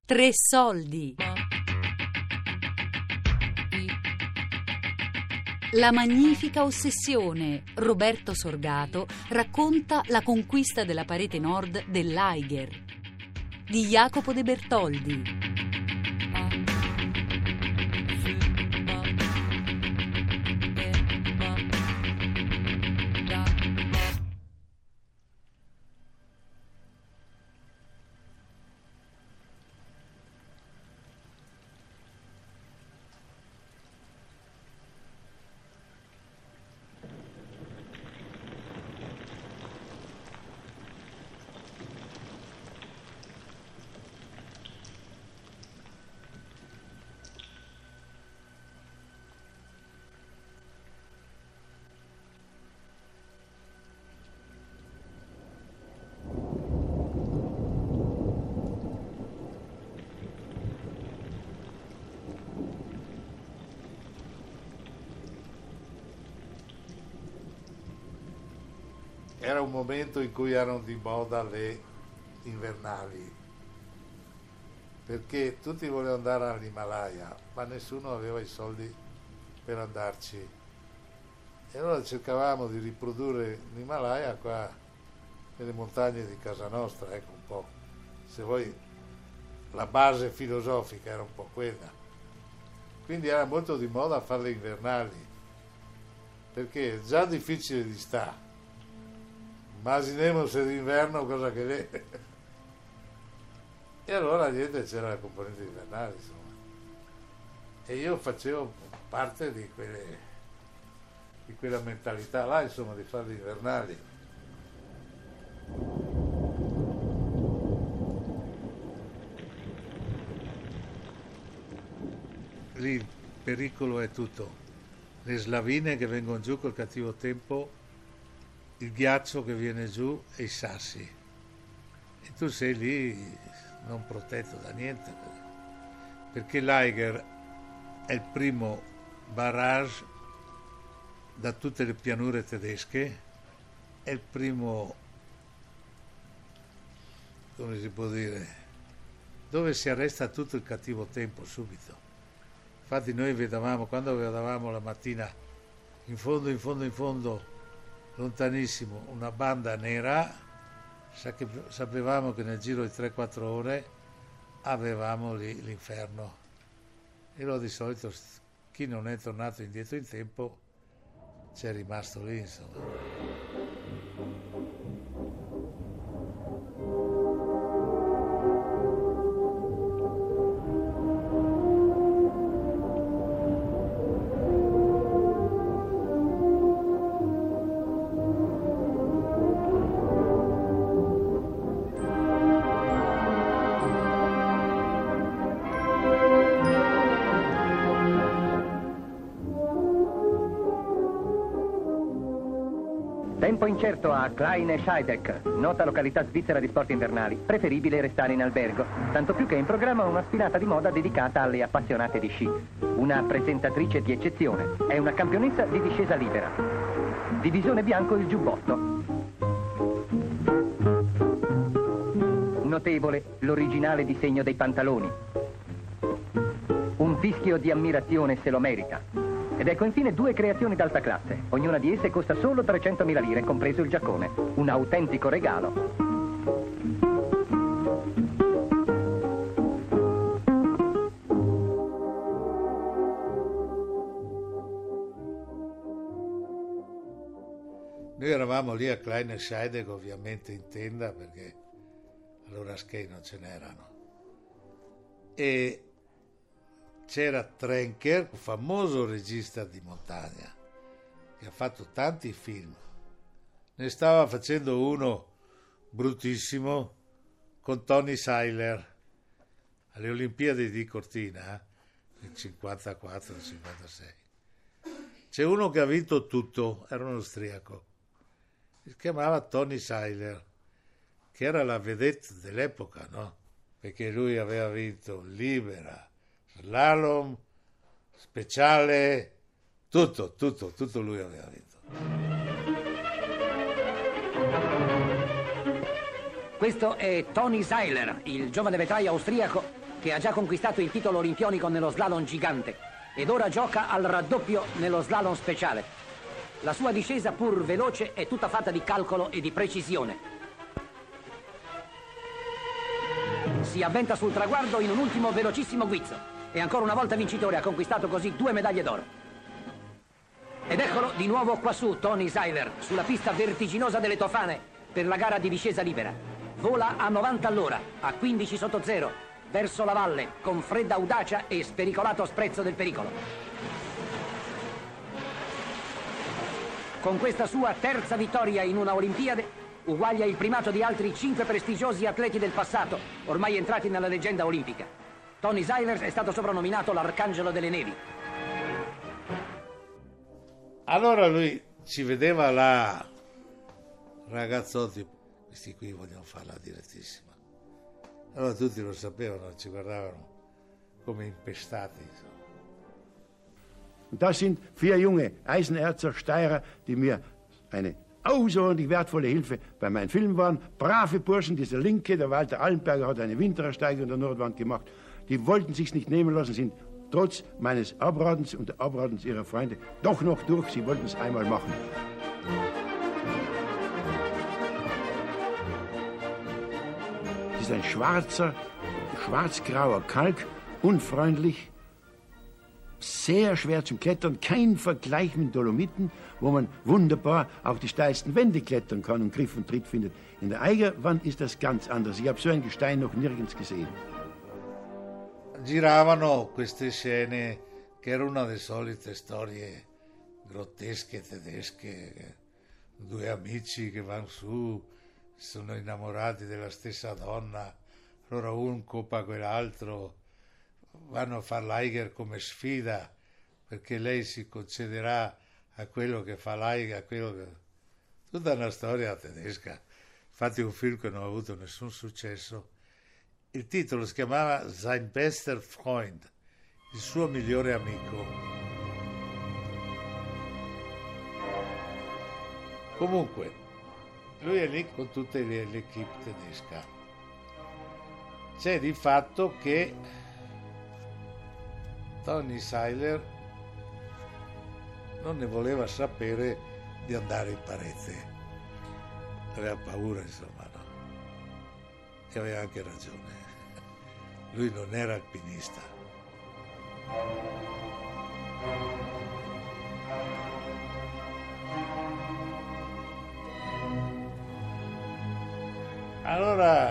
Tre soldi. La magnifica ossessione. Roberto Sorgato racconta la conquista della parete nord dell'Eiger di Jacopo De Bertoldi. Era un momento in cui erano di moda le invernali, perché tutti volevano andare all'Himalaya, ma nessuno aveva i soldi per andarci. E allora cercavamo di riprodurre l'Himalaya qua nelle montagne di casa nostra, ecco un po'. Se vuoi, la base filosofica era un po' quella. Quindi era molto di moda fare le invernali, perché è già difficile di stare. Immaginemo se d'inverno cosa che è. E allora niente, c'era la componente invernale, insomma. E io facevo parte di quella mentalità là, insomma, di fare gli invernali. Lì il pericolo è tutto. Le slavine che vengono giù col cattivo tempo, il ghiaccio che viene giù e i sassi, e tu sei lì non protetto da niente, perché l'Eiger è il primo barrage da tutte le pianure tedesche, è il primo, come si può dire, dove si arresta tutto il cattivo tempo subito. Infatti noi vedevamo, quando vedevamo la mattina in fondo lontanissimo una banda nera, sapevamo che nel giro di 3-4 ore avevamo lì l'inferno. E allora di solito chi non è tornato indietro in tempo c'è rimasto lì, insomma. Tempo incerto a Klein e Scheidegg, nota località svizzera di sport invernali. Preferibile restare in albergo, tanto più che in programma una sfilata di moda dedicata alle appassionate di sci. Una presentatrice di eccezione, è una campionessa di discesa libera. Divisione bianco il giubbotto. Notevole l'originale disegno dei pantaloni. Un fischio di ammirazione se lo merita. Ed ecco infine due creazioni d'alta classe. Ognuna di esse costa solo 300.000 lire, compreso il giaccone. Un autentico regalo. Noi eravamo lì a Klein e Scheidegg, ovviamente in tenda, perché allora skate non ce n'erano. E c'era Trenker, un famoso regista di montagna, che ha fatto tanti film. Ne stava facendo uno bruttissimo con Tony Seiler alle Olimpiadi di Cortina nel 54-56. C'è uno che ha vinto tutto, era un austriaco, si chiamava Tony Seiler, che era la vedette dell'epoca, no? Perché lui aveva vinto libera, slalom, speciale, tutto lui aveva vinto. Questo è Tony Seiler, il giovane vetraio austriaco che ha già conquistato il titolo olimpionico nello slalom gigante ed ora gioca al raddoppio nello slalom speciale. La sua discesa, pur veloce, è tutta fatta di calcolo e di precisione. Si avventa sul traguardo in un ultimo velocissimo guizzo e ancora una volta vincitore, ha conquistato così 2 medaglie d'oro. Ed eccolo di nuovo quassù Tony Seiler sulla pista vertiginosa delle Tofane per la gara di discesa libera. Vola a 90 all'ora, a 15 sotto zero, verso la valle con fredda audacia e spericolato sprezzo del pericolo. Con questa sua terza vittoria in una Olimpiade uguaglia il primato di altri 5 prestigiosi atleti del passato, ormai entrati nella leggenda olimpica. Tony Seiler è stato soprannominato l'Arcangelo delle Nevi. Allora lui ci vedeva là, ragazzotti, questi qui vogliono farla direttissima. Allora tutti lo sapevano, ci guardavano come impestati. Insomma. Und das sind 4 junge Eisenerzer Steirer, die mir eine außerordentlich wertvolle Hilfe bei meinem Film waren. Brave Burschen, dieser Linke, der Walter Allenberger, hat eine Winterersteigung an der Nordwand gemacht. Die wollten sich's nicht nehmen lassen, sind trotz meines Abratens und der Abratens ihrer Freunde doch noch durch. Sie wollten es einmal machen. Es ist ein schwarzer, schwarz-grauer Kalk, unfreundlich, sehr schwer zum Klettern, kein Vergleich mit Dolomiten, wo man wunderbar auch die steilsten Wände klettern kann und Griff und Tritt findet. In der Eigerwand ist das ganz anders. Ich habe so ein Gestein noch nirgends gesehen. Giravano queste scene che erano una delle solite storie grottesche tedesche, 2 amici che vanno su, sono innamorati della stessa donna, allora un copa quell'altro, vanno a far l'Eiger come sfida perché lei si concederà a quello che fa l'Eiger, tutta una storia tedesca. Infatti un film che non ha avuto nessun successo. Il titolo si chiamava Sein bester Freund, il suo migliore amico. Comunque, lui è lì con tutte l'equipe tedesca. C'è di fatto che Tony Seiler non ne voleva sapere di andare in parete. Aveva paura, insomma, no? E aveva anche ragione. Lui non era alpinista. Allora,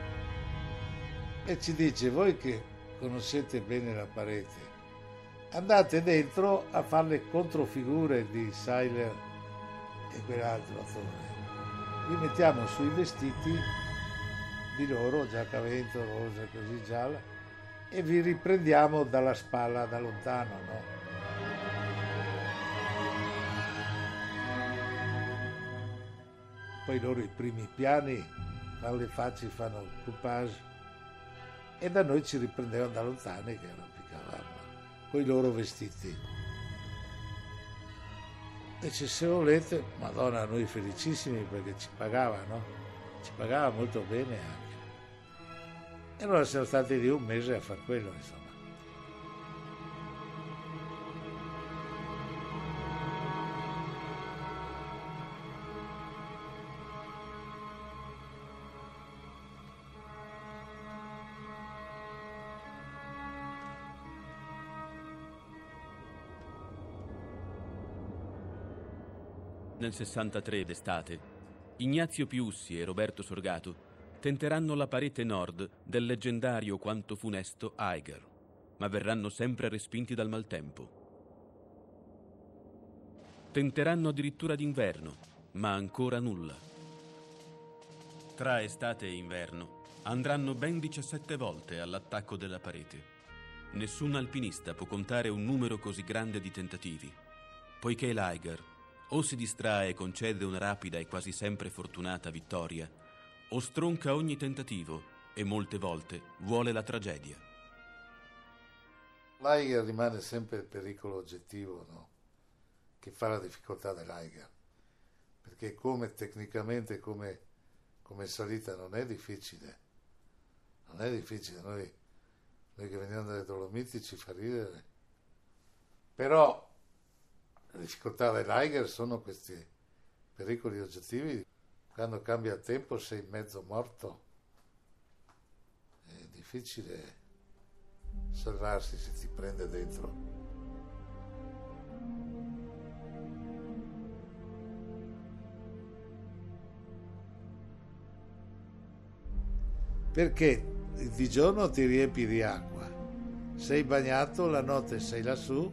e ci dice, voi che conoscete bene la parete, andate dentro a fare le controfigure di Seiler e quell'altro attore. Vi mettiamo sui vestiti di loro, giacca a vento, rosa, così gialla, e vi riprendiamo dalla spalla, da lontano, no? Poi loro i primi piani fanno le facce, fanno il coupage, e da noi ci riprendevano da lontano che arrampicavamo con i loro vestiti. E se volete, Madonna, noi felicissimi perché ci pagava, no? Ci pagava molto bene anche. E allora siamo stati lì un mese a far quello, insomma. Nel 63 d'estate, Ignazio Piussi e Roberto Sorgato tenteranno la parete nord del leggendario quanto funesto Eiger, ma verranno sempre respinti dal maltempo. Tenteranno addirittura d'inverno, ma ancora nulla. Tra estate e inverno andranno ben 17 volte all'attacco della parete. Nessun alpinista può contare un numero così grande di tentativi, poiché l'Eiger o si distrae e concede una rapida e quasi sempre fortunata vittoria, o stronca ogni tentativo e molte volte vuole la tragedia. L'Eiger rimane sempre il pericolo oggettivo, no? Che fa la difficoltà dell'Eiger, perché tecnicamente come salita non è difficile, noi noi che veniamo dalle Dolomiti ci fa ridere. Però le difficoltà dell'Eiger sono questi pericoli oggettivi. Quando cambia il tempo sei mezzo morto, è difficile salvarsi se ti prende dentro. Perché di giorno ti riempi di acqua, sei bagnato, la notte sei lassù,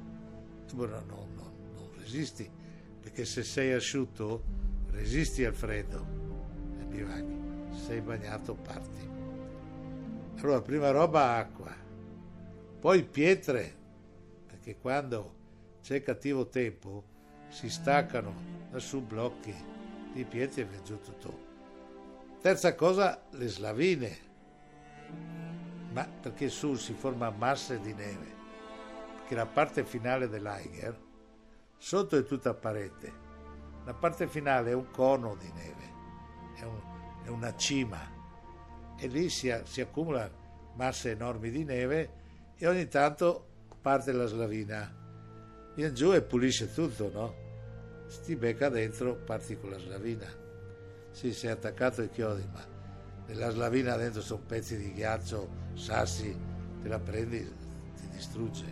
non resisti, perché se sei asciutto resisti al freddo e bivacchi, se sei bagnato parti. Allora prima roba acqua, poi pietre, perché quando c'è cattivo tempo si staccano lassù blocchi di pietre e viene giù tutto. Terza cosa, le slavine, ma perché su si forma masse di neve, perché la parte finale dell'Eiger sotto è tutta parete, la parte finale è un cono di neve, è una cima, e lì si accumulano masse enormi di neve e ogni tanto parte la slavina, viene giù e pulisce tutto, no? Sti becca dentro, parti con la slavina. Sì, sei attaccato ai chiodi, ma nella slavina dentro sono pezzi di ghiaccio, sassi, te la prendi, ti distrugge.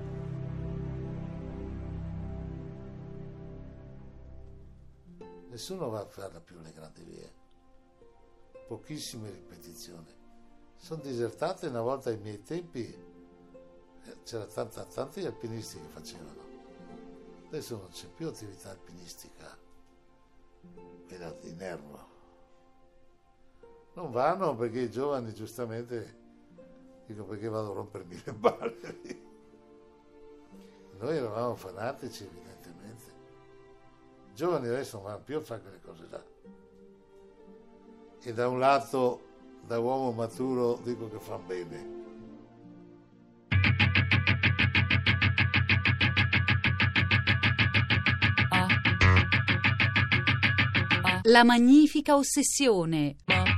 Nessuno va a farla più le grandi vie, pochissime ripetizioni. Sono disertate. Una volta ai miei tempi c'era tanti alpinisti che facevano. Adesso non c'è più attività alpinistica, quella di nervo. Non vanno perché i giovani, giustamente, dico, perché vado a rompermi le balle. Noi eravamo fanatici, evidentemente. I giovani adesso non vanno più a fare quelle cose là. E da un lato, da uomo maturo, dico che fanno bene. La magnifica ossessione.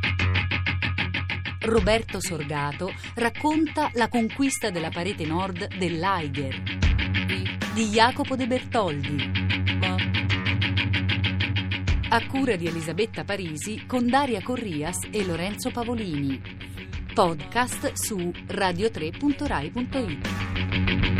Roberto Sorgato racconta la conquista della parete nord dell'Eiger di Jacopo De Bertoldi, a cura di Elisabetta Parisi con Daria Corrias e Lorenzo Pavolini. Podcast su radio3.rai.it.